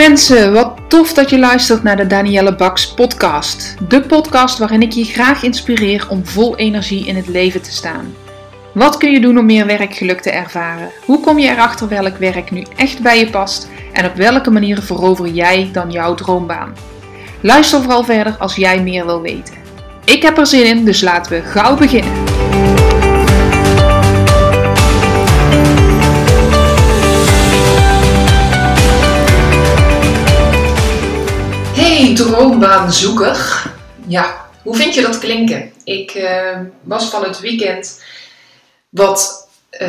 mensen, wat tof dat je luistert naar de Danielle Baks podcast. De podcast waarin ik je graag inspireer om vol energie in het leven te staan. Wat kun je doen om meer werkgeluk te ervaren? Hoe kom je erachter welk werk nu echt bij je past? En op welke manier verover jij dan jouw droombaan? Luister vooral verder als jij meer wil weten. Ik heb er zin in, dus laten we gauw beginnen. Hey droombaanzoeker. Ja, hoe vind je dat klinken? Ik was van het weekend wat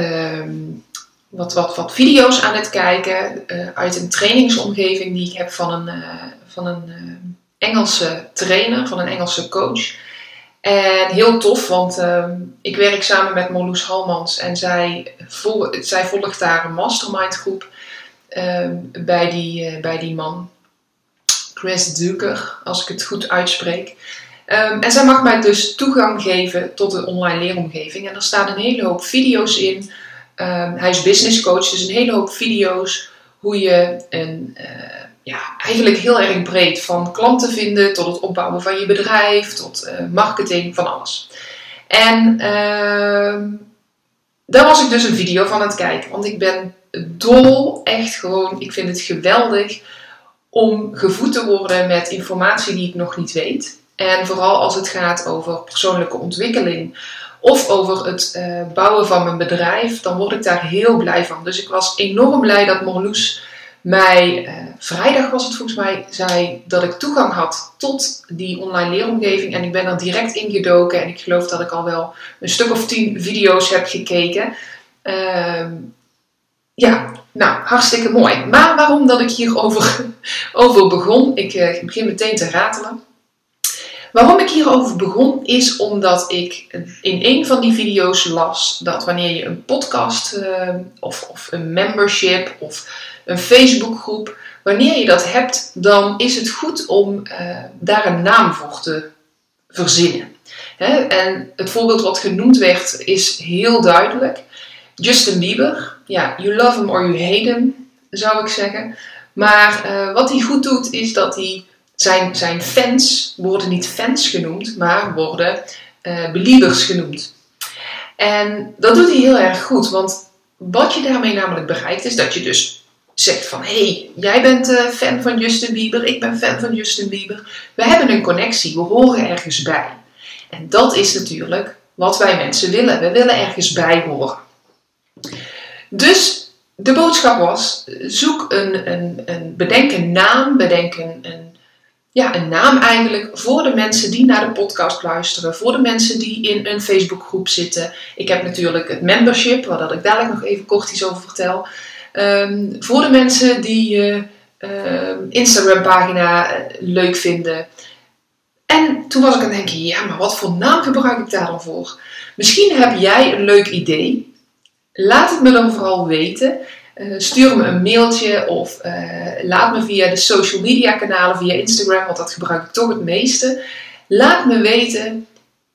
video's aan het kijken uit een trainingsomgeving die ik heb van een Engelse trainer, van een Engelse coach. En heel tof, want ik werk samen met Marloes Halmans en zij volgt daar een mastermind groep bij die man. Chris Duker, als ik het goed uitspreek. En zij mag mij dus toegang geven tot de online leeromgeving. En er staan een hele hoop video's in. Hij is business coach, dus een hele hoop video's hoe je eigenlijk heel erg breed van klanten vinden tot het opbouwen van je bedrijf, tot marketing, van alles. En daar was ik dus een video van aan het kijken. Want ik ben dol, echt gewoon, ik vind het geweldig om gevoed te worden met informatie die ik nog niet weet. En vooral als het gaat over persoonlijke ontwikkeling of over het bouwen van mijn bedrijf, dan word ik daar heel blij van. Dus ik was enorm blij dat Marloes mij, vrijdag was het volgens mij, zei dat ik toegang had tot die online leeromgeving. En ik ben er direct ingedoken en ik geloof dat ik al wel een stuk of 10 video's heb gekeken. Hartstikke mooi. Maar waarom dat ik hierover begon, ik begin meteen te ratelen. Waarom ik hierover begon is omdat ik in een van die video's las dat wanneer je een podcast of een membership of een Facebookgroep, wanneer je dat hebt, dan is het goed om daar een naam voor te verzinnen. En het voorbeeld wat genoemd werd is heel duidelijk. Justin Bieber, ja, you love him or you hate him, zou ik zeggen. Maar wat hij goed doet is dat hij zijn fans worden niet fans genoemd, maar worden believers genoemd. En dat doet hij heel erg goed, want wat je daarmee namelijk bereikt is dat je dus zegt van hey, jij bent fan van Justin Bieber, ik ben fan van Justin Bieber. We hebben een connectie, we horen ergens bij. En dat is natuurlijk wat wij mensen willen. We willen ergens bij horen. Dus de boodschap was, bedenk een naam, een naam eigenlijk voor de mensen die naar de podcast luisteren, voor de mensen die in een Facebookgroep zitten. Ik heb natuurlijk het membership, waar ik dadelijk nog even kort iets over vertel. Voor de mensen die Instagram pagina leuk vinden. En toen was ik aan het denken, ja, maar wat voor naam gebruik ik daar dan voor? Misschien heb jij een leuk idee. Laat het me dan vooral weten. Stuur me een mailtje of laat me via de social media kanalen, via Instagram, want dat gebruik ik toch het meeste. Laat me weten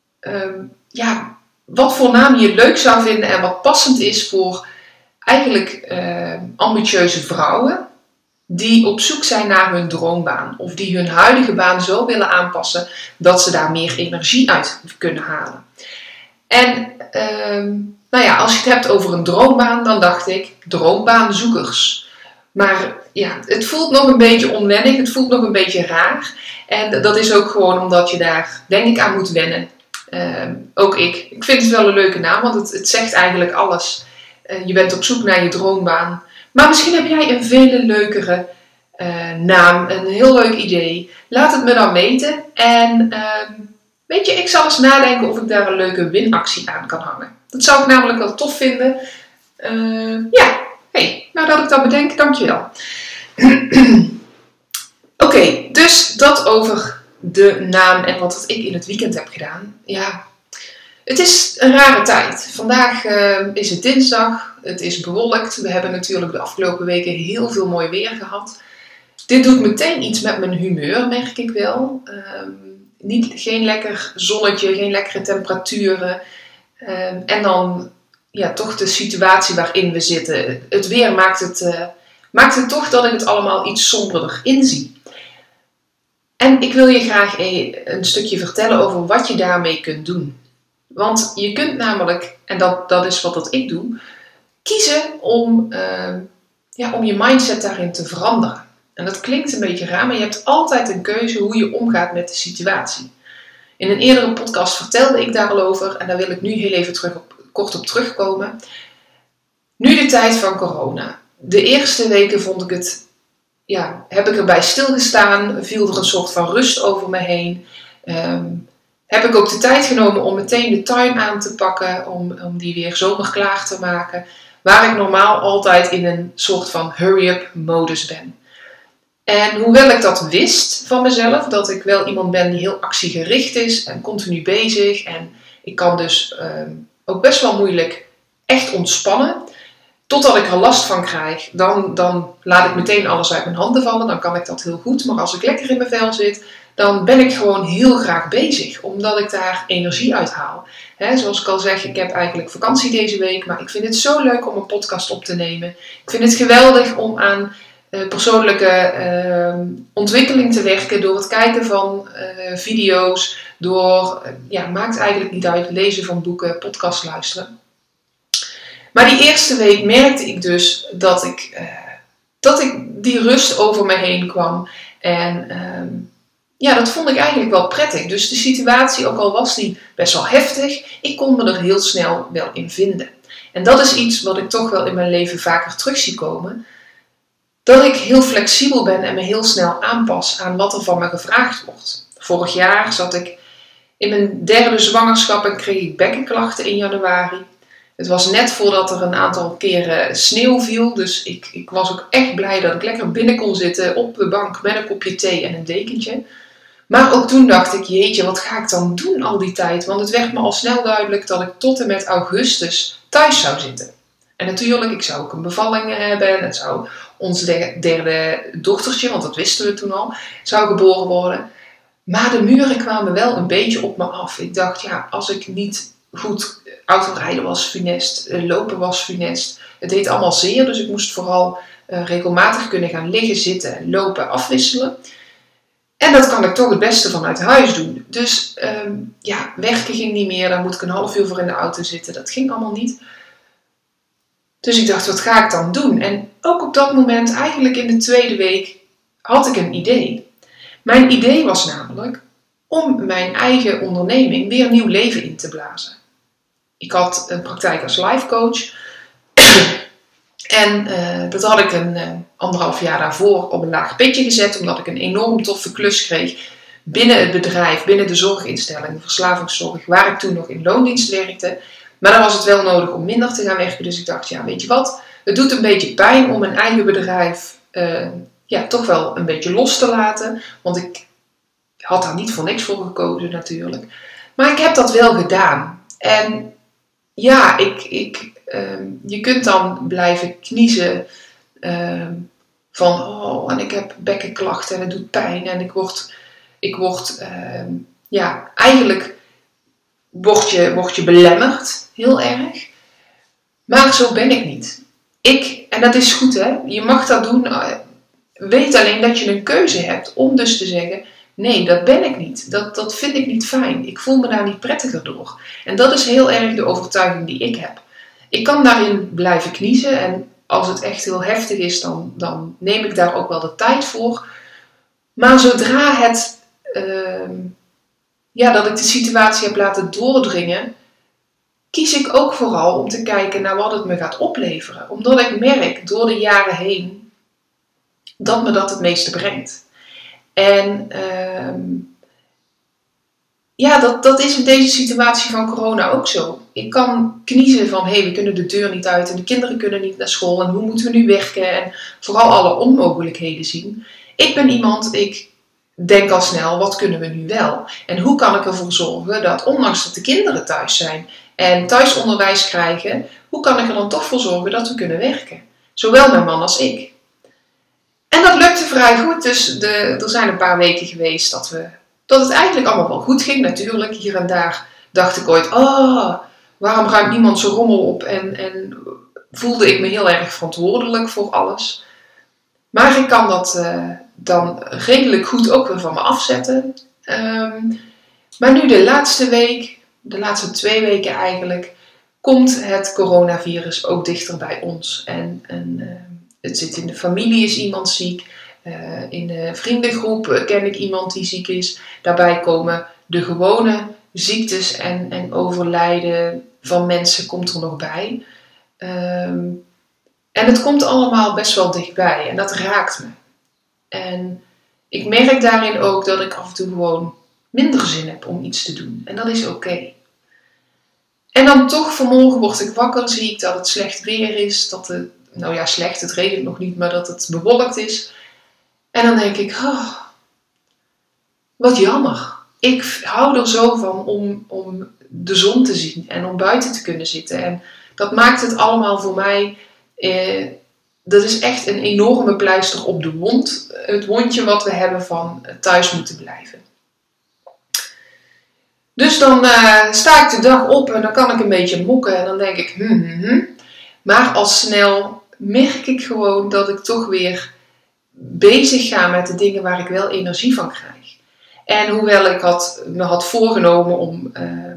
wat voor naam je leuk zou vinden en wat passend is voor eigenlijk ambitieuze vrouwen die op zoek zijn naar hun droombaan of die hun huidige baan zo willen aanpassen dat ze daar meer energie uit kunnen halen. En als je het hebt over een droombaan, dan dacht ik droombaanzoekers. Maar ja, het voelt nog een beetje onwennig, het voelt nog een beetje raar. En dat is ook gewoon omdat je daar, denk ik, aan moet wennen. Ook ik. Ik vind het wel een leuke naam, want het zegt eigenlijk alles. Je bent op zoek naar je droombaan. Maar misschien heb jij een veel leukere naam, een heel leuk idee. Laat het me dan weten. En ik zal eens nadenken of ik daar een leuke winactie aan kan hangen. Dat zou ik namelijk wel tof vinden. Nou dat ik dat bedenk, dankjewel. Oké, dus dat over de naam en wat ik in het weekend heb gedaan. Ja, het is een rare tijd. Vandaag is het dinsdag, het is bewolkt. We hebben natuurlijk de afgelopen weken heel veel mooi weer gehad. Dit doet meteen iets met mijn humeur, merk ik wel. Geen lekker zonnetje, geen lekkere temperaturen. En dan toch de situatie waarin we zitten. Het weer maakt het toch dat ik het allemaal iets somberder inzie. En ik wil je graag een stukje vertellen over wat je daarmee kunt doen. Want je kunt namelijk, en dat is wat ik doe, kiezen om je mindset daarin te veranderen. En dat klinkt een beetje raar, maar je hebt altijd een keuze hoe je omgaat met de situatie. In een eerdere podcast vertelde ik daar al over en daar wil ik nu heel even kort op terugkomen. Nu de tijd van corona. De eerste weken heb ik erbij stilgestaan, viel er een soort van rust over me heen. Heb ik ook de tijd genomen om meteen de tuin aan te pakken, om die weer zomerklaar te maken. Waar ik normaal altijd in een soort van hurry-up modus ben. En hoewel ik dat wist van mezelf, dat ik wel iemand ben die heel actiegericht is en continu bezig. En ik kan dus ook best wel moeilijk echt ontspannen. Totdat ik er last van krijg, dan laat ik meteen alles uit mijn handen vallen. Dan kan ik dat heel goed. Maar als ik lekker in mijn vel zit, dan ben ik gewoon heel graag bezig. Omdat ik daar energie uit haal. Zoals ik al zeg, ik heb eigenlijk vakantie deze week. Maar ik vind het zo leuk om een podcast op te nemen. Ik vind het geweldig om aan persoonlijke ontwikkeling te werken. Door het kijken van video's. Maakt eigenlijk niet uit, lezen van boeken, podcast luisteren. Maar die eerste week merkte ik dus dat ik die rust over me heen kwam. En dat vond ik eigenlijk wel prettig. Dus de situatie, ook al was die best wel heftig, ik kon me er heel snel wel in vinden. En dat is iets wat ik toch wel in mijn leven vaker terug zie komen. Dat ik heel flexibel ben en me heel snel aanpas aan wat er van me gevraagd wordt. Vorig jaar zat ik in mijn 3e zwangerschap en kreeg ik bekkenklachten in januari. Het was net voordat er een aantal keren sneeuw viel. Dus ik was ook echt blij dat ik lekker binnen kon zitten op de bank met een kopje thee en een dekentje. Maar ook toen dacht ik, jeetje, wat ga ik dan doen al die tijd? Want het werd me al snel duidelijk dat ik tot en met augustus thuis zou zitten. En natuurlijk, ik zou ook een bevalling hebben. En het zou ons 3e dochtertje, want dat wisten we toen al, zou geboren worden. Maar de muren kwamen wel een beetje op me af. Ik dacht, als ik niet goed autorijden was funest, lopen was funest. Het deed allemaal zeer, dus ik moest vooral regelmatig kunnen gaan liggen, zitten en lopen, afwisselen. En dat kan ik toch het beste vanuit huis doen. Dus werken ging niet meer, daar moet ik een half uur voor in de auto zitten. Dat ging allemaal niet. Dus ik dacht, wat ga ik dan doen? En ook op dat moment, eigenlijk in de 2e week, had ik een idee. Mijn idee was namelijk om mijn eigen onderneming weer nieuw leven in te blazen. Ik had een praktijk als life coach. En dat had ik een 1,5 jaar daarvoor op een laag pitje gezet. Omdat ik een enorm toffe klus kreeg binnen het bedrijf, binnen de zorginstelling, de verslavingszorg, waar ik toen nog in loondienst werkte. Maar dan was het wel nodig om minder te gaan werken. Dus ik dacht, weet je wat, het doet een beetje pijn om mijn eigen bedrijf toch wel een beetje los te laten. Want ik had daar niet voor niks voor gekozen natuurlijk. Maar ik heb dat wel gedaan. En je kunt dan blijven kniezen en ik heb bekkenklachten en het doet pijn. En eigenlijk word je belemmerd, heel erg. Maar zo ben ik niet. En dat is goed hè, je mag dat doen. Weet alleen dat je een keuze hebt om dus te zeggen, nee, dat ben ik niet. Dat vind ik niet fijn. Ik voel me daar niet prettiger door. En dat is heel erg de overtuiging die ik heb. Ik kan daarin blijven kniezen. En als het echt heel heftig is, dan neem ik daar ook wel de tijd voor. Maar zodra dat ik de situatie heb laten doordringen, kies ik ook vooral om te kijken naar wat het me gaat opleveren. Omdat ik merk door de jaren heen dat me dat het meeste brengt. En dat is in deze situatie van corona ook zo. Ik kan kniezen van, we kunnen de deur niet uit en de kinderen kunnen niet naar school en hoe moeten we nu werken en vooral alle onmogelijkheden zien. Ik ben iemand, ik denk al snel, wat kunnen we nu wel? En hoe kan ik ervoor zorgen dat, ondanks dat de kinderen thuis zijn en thuisonderwijs krijgen, hoe kan ik er dan toch voor zorgen dat we kunnen werken? Zowel mijn man als ik. En dat lukte vrij goed, dus er zijn een paar weken geweest dat het eigenlijk allemaal wel goed ging. Natuurlijk, hier en daar dacht ik ooit, waarom ruimt niemand zo rommel op? En voelde ik me heel erg verantwoordelijk voor alles. Maar ik kan dat dan redelijk goed ook weer van me afzetten. Maar nu de laatste 2 weken eigenlijk, komt het coronavirus ook dichter bij ons. En het zit in de familie, is iemand ziek. In de vriendengroep ken ik iemand die ziek is. Daarbij komen de gewone ziektes en overlijden van mensen komt er nog bij. En het komt allemaal best wel dichtbij en dat raakt me. En ik merk daarin ook dat ik af en toe gewoon minder zin heb om iets te doen. En dat is oké. En dan toch vanmorgen word ik wakker, zie ik dat het slecht weer is. Slecht, het regent nog niet, maar dat het bewolkt is. En dan denk ik, wat jammer. Ik hou er zo van om de zon te zien en om buiten te kunnen zitten. En dat maakt het allemaal voor mij, dat is echt een enorme pleister op de wond. Het wondje wat we hebben van thuis moeten blijven. Dus dan sta ik de dag op en dan kan ik een beetje mokken en dan denk ik, Maar al snel merk ik gewoon dat ik toch weer bezig ga met de dingen waar ik wel energie van krijg. En hoewel ik me had voorgenomen om...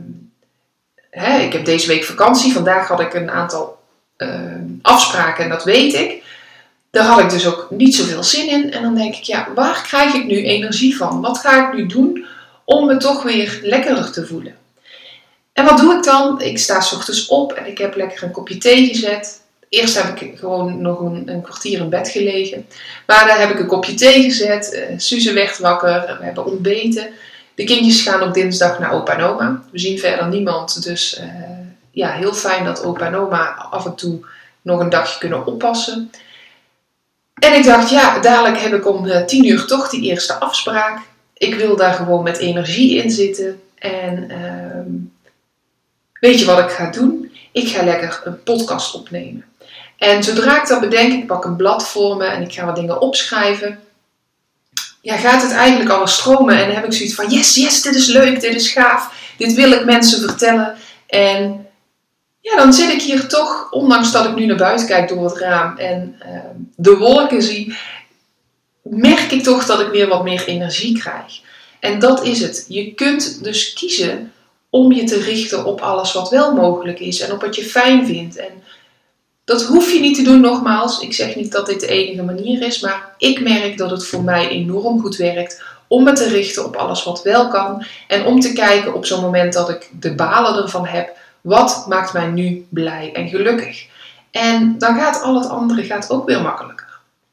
ik heb deze week vakantie. Vandaag had ik een aantal afspraken en dat weet ik. Daar had ik dus ook niet zoveel zin in. En dan denk ik, waar krijg ik nu energie van? Wat ga ik nu doen om me toch weer lekkerder te voelen? En wat doe ik dan? Ik sta 's ochtends op en ik heb lekker een kopje thee gezet. Eerst heb ik gewoon nog een kwartier in bed gelegen. Maar dan heb ik een kopje thee gezet. Suze werd wakker. We hebben ontbeten. De kindjes gaan op dinsdag naar opa en oma. We zien verder niemand. Dus heel fijn dat opa en oma af en toe nog een dagje kunnen oppassen. En ik dacht, dadelijk heb ik om 10 uur toch die eerste afspraak. Ik wil daar gewoon met energie in zitten. En weet je wat ik ga doen? Ik ga lekker een podcast opnemen. En zodra ik dat bedenk, ik pak een blad voor me en ik ga wat dingen opschrijven. Gaat het eigenlijk alles stromen en dan heb ik zoiets van, yes, dit is leuk, dit is gaaf. Dit wil ik mensen vertellen. En dan zit ik hier toch, ondanks dat ik nu naar buiten kijk door het raam en de wolken zie, merk ik toch dat ik weer wat meer energie krijg. En dat is het. Je kunt dus kiezen om je te richten op alles wat wel mogelijk is en op wat je fijn vindt. En dat hoef je niet te doen, nogmaals. Ik zeg niet dat dit de enige manier is, maar ik merk dat het voor mij enorm goed werkt om me te richten op alles wat wel kan. En om te kijken op zo'n moment dat ik de balen ervan heb, wat maakt mij nu blij en gelukkig? En dan gaat al het andere ook weer makkelijker.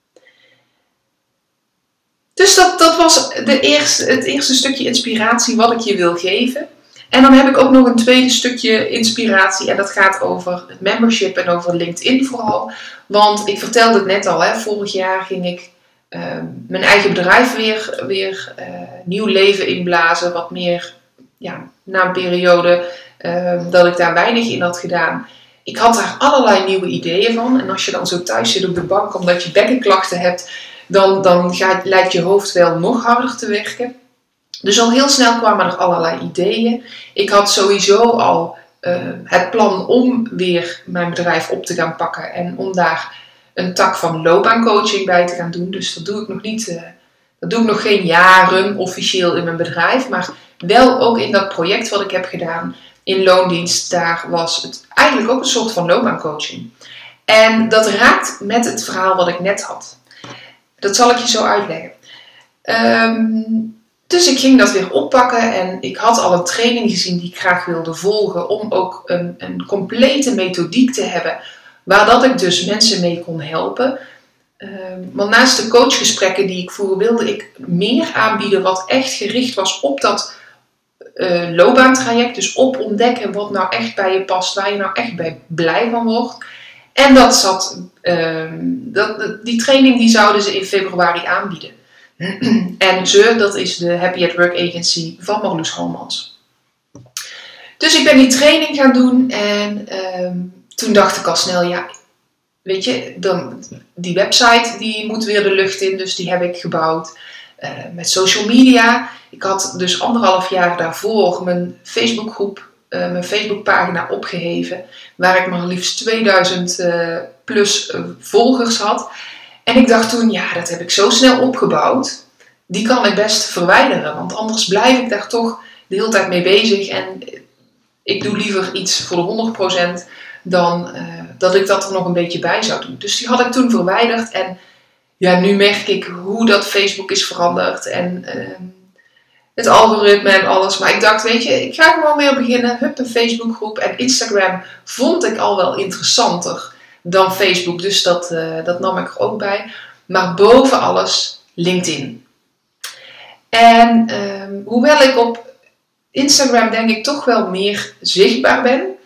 Dus dat was het eerste stukje inspiratie wat ik je wil geven. En dan heb ik ook nog een tweede stukje inspiratie en dat gaat over het membership en over LinkedIn vooral. Want ik vertelde het net al, vorig jaar ging ik mijn eigen bedrijf weer nieuw leven inblazen. Wat meer, na een periode dat ik daar weinig in had gedaan. Ik had daar allerlei nieuwe ideeën van. En als je dan zo thuis zit op de bank omdat je bekkenklachten hebt, dan lijkt je hoofd wel nog harder te werken. Dus al heel snel kwamen er allerlei ideeën. Ik had sowieso al het plan om weer mijn bedrijf op te gaan pakken. En om daar een tak van loopbaancoaching bij te gaan doen. Dus dat doe ik nog niet. Dat doe ik nog geen jaren officieel in mijn bedrijf. Maar wel ook in dat project wat ik heb gedaan in loondienst. Daar was het eigenlijk ook een soort van loopbaancoaching. En dat raakt met het verhaal wat ik net had. Dat zal ik je zo uitleggen. Dus ik ging dat weer oppakken en ik had al een training gezien die ik graag wilde volgen om ook een complete methodiek te hebben waar dat ik dus mensen mee kon helpen. Want naast de coachgesprekken die ik voerde wilde ik meer aanbieden wat echt gericht was op dat loopbaantraject. Dus op ontdekken wat nou echt bij je past, waar je nou echt blij van wordt. En die training die zouden ze in februari aanbieden. En dat is de Happy at Work Agency van Marloes Holmans. Dus ik ben die training gaan doen en toen dacht ik al snel, weet je, die website die moet weer de lucht in, dus die heb ik gebouwd. Met social media. Ik had dus 1,5 jaar daarvoor mijn Facebookgroep, mijn Facebookpagina opgeheven, waar ik maar liefst 2000 plus volgers had. En ik dacht toen, ja, dat heb ik zo snel opgebouwd. Die kan ik best verwijderen. Want anders blijf ik daar toch de hele tijd mee bezig. En ik doe liever iets voor de 100% dan dat ik dat er nog een beetje bij zou doen. Dus die had ik toen verwijderd. En ja, nu merk ik hoe dat Facebook is veranderd. En het algoritme en alles. Maar ik dacht, weet je, ik ga gewoon weer beginnen. Hup, een Facebookgroep. En Instagram vond ik al wel interessanter dan Facebook. Dus dat nam ik er ook bij. Maar boven alles LinkedIn. En hoewel ik op Instagram denk ik toch wel meer zichtbaar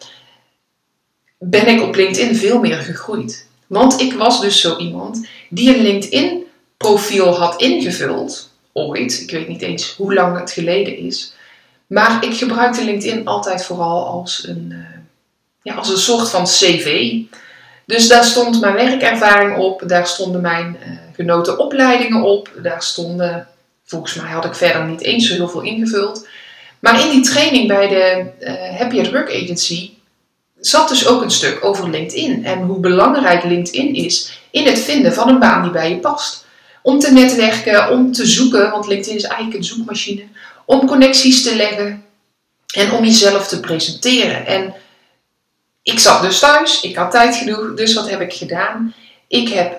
ben ik op LinkedIn veel meer gegroeid. Want ik was dus zo iemand die een LinkedIn profiel had ingevuld. Ooit, ik weet niet eens hoe lang het geleden is. Maar ik gebruikte LinkedIn altijd vooral als een soort van cv. Dus daar stond mijn werkervaring op. Daar stonden mijn genoten opleidingen op. Daar stonden, volgens mij had ik verder niet eens zo heel veel ingevuld. Maar in die training bij de Happy at Work Agency zat dus ook een stuk over LinkedIn. En hoe belangrijk LinkedIn is in het vinden van een baan die bij je past. Om te netwerken, om te zoeken, want LinkedIn is eigenlijk een zoekmachine. Om connecties te leggen en om jezelf te presenteren. En ik zat dus thuis, ik had tijd genoeg, dus wat heb ik gedaan? Ik heb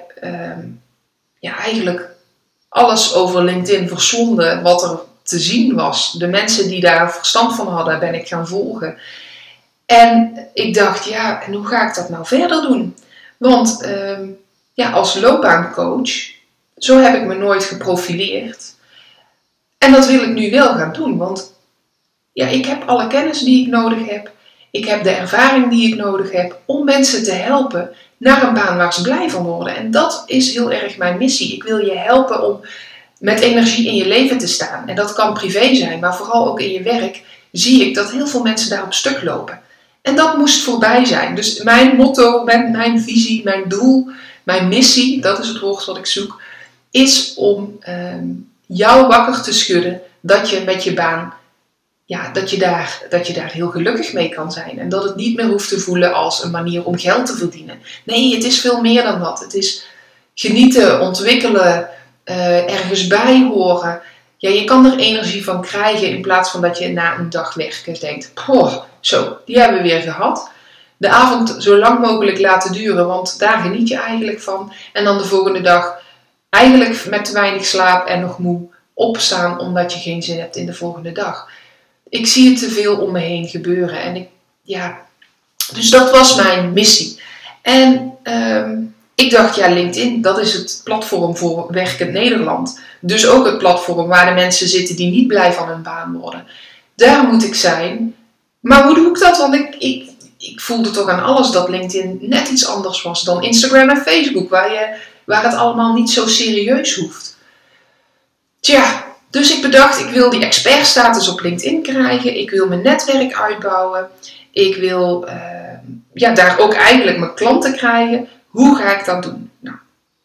eigenlijk alles over LinkedIn verslonden wat er te zien was. De mensen die daar verstand van hadden, ben ik gaan volgen. En ik dacht, ja, en hoe ga ik dat nou verder doen? Want als loopbaancoach, zo heb ik me nooit geprofileerd. En dat wil ik nu wel gaan doen, want ja, ik heb alle kennis die ik nodig heb. Ik heb de ervaring die ik nodig heb om mensen te helpen naar een baan waar ze blij van worden. En dat is heel erg mijn missie. Ik wil je helpen om met energie in je leven te staan. En dat kan privé zijn, maar vooral ook in je werk zie ik dat heel veel mensen daar op stuk lopen. En dat moest voorbij zijn. Dus mijn motto, mijn visie, mijn doel, mijn missie, dat is het woord wat ik zoek, is om jou wakker te schudden dat je met je baan, ja, dat je daar heel gelukkig mee kan zijn. En dat het niet meer hoeft te voelen als een manier om geld te verdienen. Nee, het is veel meer dan dat. Het is genieten, ontwikkelen, ergens bij horen. Ja, je kan er energie van krijgen in plaats van dat je na een dag werken denkt, zo, die hebben we weer gehad. De avond zo lang mogelijk laten duren, want daar geniet je eigenlijk van. En dan de volgende dag eigenlijk met te weinig slaap en nog moe opstaan omdat je geen zin hebt in de volgende dag. Ik zie het te veel om me heen gebeuren. En dus dat was mijn missie. En ik dacht, ja, LinkedIn, dat is het platform voor werkend Nederland. Dus ook het platform waar de mensen zitten die niet blij van hun baan worden. Daar moet ik zijn. Maar hoe doe ik dat? Want ik voelde toch aan alles dat LinkedIn net iets anders was dan Instagram en Facebook. Waar het allemaal niet zo serieus hoeft. Tja, dus ik bedacht, ik wil die expertstatus op LinkedIn krijgen. Ik wil mijn netwerk uitbouwen. Ik wil daar ook eigenlijk mijn klanten krijgen. Hoe ga ik dat doen? Nou,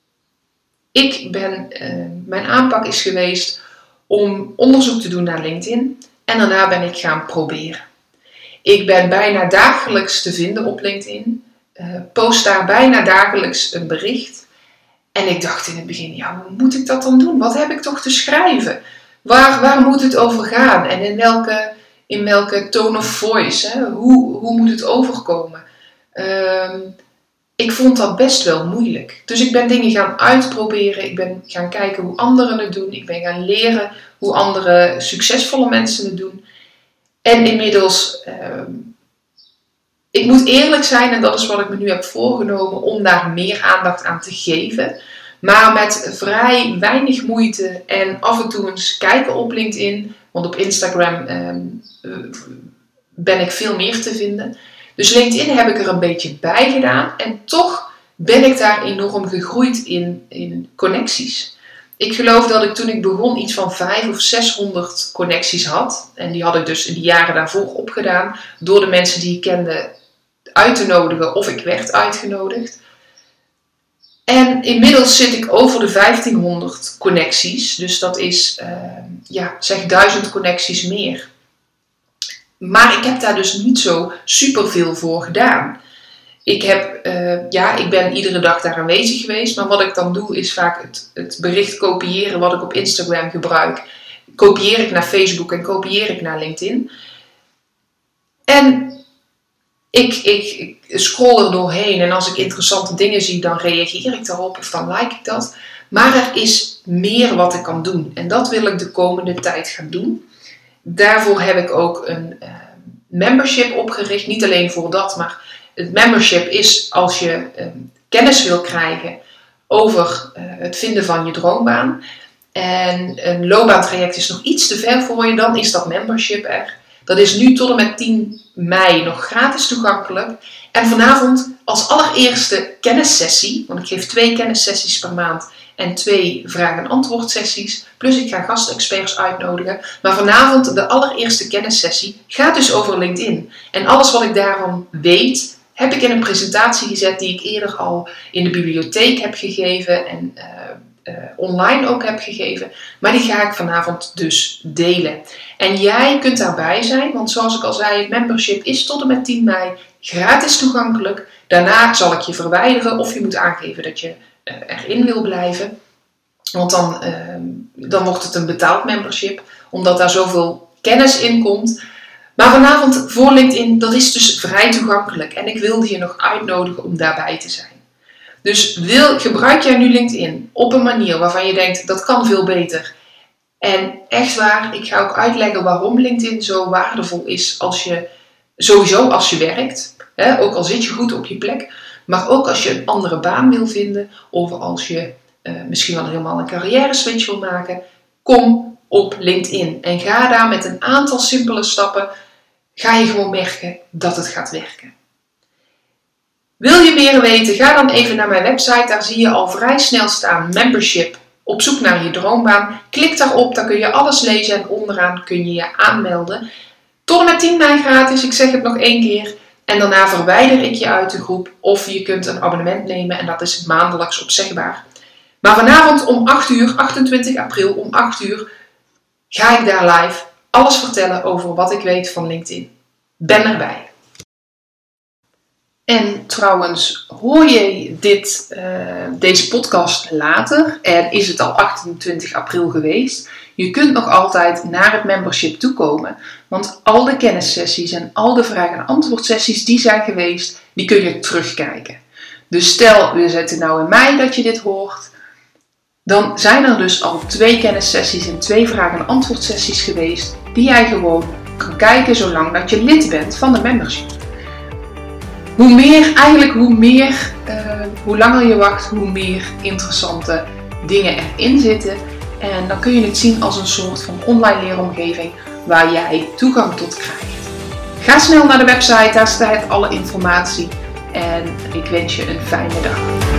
mijn aanpak is geweest om onderzoek te doen naar LinkedIn. En daarna ben ik gaan proberen. Ik ben bijna dagelijks te vinden op LinkedIn. Post daar bijna dagelijks een bericht. En ik dacht in het begin, ja, hoe moet ik dat dan doen? Wat heb ik toch te schrijven? Waar moet het over gaan? En in welke tone of voice? Hè? Hoe moet het overkomen? Ik vond dat best wel moeilijk. Dus ik ben dingen gaan uitproberen. Ik ben gaan kijken hoe anderen het doen. Ik ben gaan leren hoe andere succesvolle mensen het doen. En inmiddels, ik moet eerlijk zijn, en dat is wat ik me nu heb voorgenomen, om daar meer aandacht aan te geven. Maar met vrij weinig moeite en af en toe eens kijken op LinkedIn. Want op Instagram ben ik veel meer te vinden. Dus LinkedIn heb ik er een beetje bij gedaan. En toch ben ik daar enorm gegroeid in connecties. Ik geloof dat ik toen ik begon iets van 500 of 600 connecties had. En die had ik dus in de jaren daarvoor opgedaan. Door de mensen die ik kende uit te nodigen of ik werd uitgenodigd. En inmiddels zit ik over de 1500 connecties. Dus dat is, zeg 1000 connecties meer. Maar ik heb daar dus niet zo superveel voor gedaan. Ik ben iedere dag daar aanwezig geweest. Maar wat ik dan doe is vaak het bericht kopiëren wat ik op Instagram gebruik. Kopieer ik naar Facebook en kopieer ik naar LinkedIn. En ik scroll er doorheen en als ik interessante dingen zie, dan reageer ik daarop of dan like ik dat. Maar er is meer wat ik kan doen. En dat wil ik de komende tijd gaan doen. Daarvoor heb ik ook een membership opgericht. Niet alleen voor dat, maar het membership is als je kennis wil krijgen over het vinden van je droombaan. En een loopbaantraject is nog iets te ver voor je, dan is dat membership er. Dat is nu tot en met 10 mei nog gratis toegankelijk. En vanavond als allereerste kennissessie, want ik geef 2 kennissessies per maand en 2 vraag- en antwoordsessies. Plus ik ga gastexperts uitnodigen. Maar vanavond de allereerste kennissessie gaat dus over LinkedIn. En alles wat ik daarvan weet, heb ik in een presentatie gezet die ik eerder al in de bibliotheek heb gegeven en online ook heb gegeven. Maar die ga ik vanavond dus delen. En jij kunt daarbij zijn, want zoals ik al zei, het membership is tot en met 10 mei gratis toegankelijk. Daarna zal ik je verwijderen of je moet aangeven dat je erin wil blijven. Want dan wordt het een betaald membership, omdat daar zoveel kennis in komt. Maar vanavond voor LinkedIn, dat is dus vrij toegankelijk. En ik wilde je nog uitnodigen om daarbij te zijn. Dus gebruik jij nu LinkedIn op een manier waarvan je denkt, dat kan veel beter. En echt waar, ik ga ook uitleggen waarom LinkedIn zo waardevol is sowieso als je werkt. Hè, ook al zit je goed op je plek. Maar ook als je een andere baan wil vinden. Of als je misschien wel helemaal een carrière switch wil maken. Kom op LinkedIn. En ga daar met een aantal simpele stappen. Ga je gewoon merken dat het gaat werken. Wil je meer weten? Ga dan even naar mijn website. Daar zie je al vrij snel staan membership. Op zoek naar je droombaan. Klik daarop, dan kun je alles lezen en onderaan kun je je aanmelden. Tot en met 10 mei gratis, ik zeg het nog 1 keer. En daarna verwijder ik je uit de groep. Of je kunt een abonnement nemen en dat is maandelijks opzegbaar. Maar vanavond om 8 uur, 28 april om 8 uur, ga ik daar live alles vertellen over wat ik weet van LinkedIn. Ben erbij. En trouwens, hoor je deze podcast later en is het al 28 april geweest? Je kunt nog altijd naar het membership toekomen, want al de kennissessies en al de vraag- en antwoordsessies die zijn geweest, die kun je terugkijken. Dus stel, we zitten nou in mei dat je dit hoort, dan zijn er dus al 2 kennissessies en 2 vraag- en antwoordsessies geweest, die jij gewoon kan kijken zolang dat je lid bent van de membership. Hoe langer je wacht, hoe meer interessante dingen erin zitten. En dan kun je het zien als een soort van online leeromgeving waar jij toegang tot krijgt. Ga snel naar de website, daar staat alle informatie. En ik wens je een fijne dag.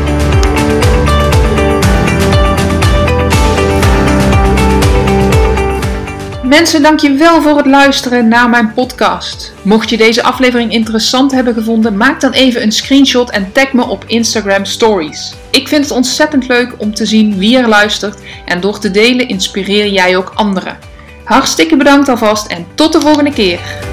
Mensen, dankjewel voor het luisteren naar mijn podcast. Mocht je deze aflevering interessant hebben gevonden, maak dan even een screenshot en tag me op Instagram Stories. Ik vind het ontzettend leuk om te zien wie er luistert en door te delen inspireer jij ook anderen. Hartstikke bedankt alvast en tot de volgende keer.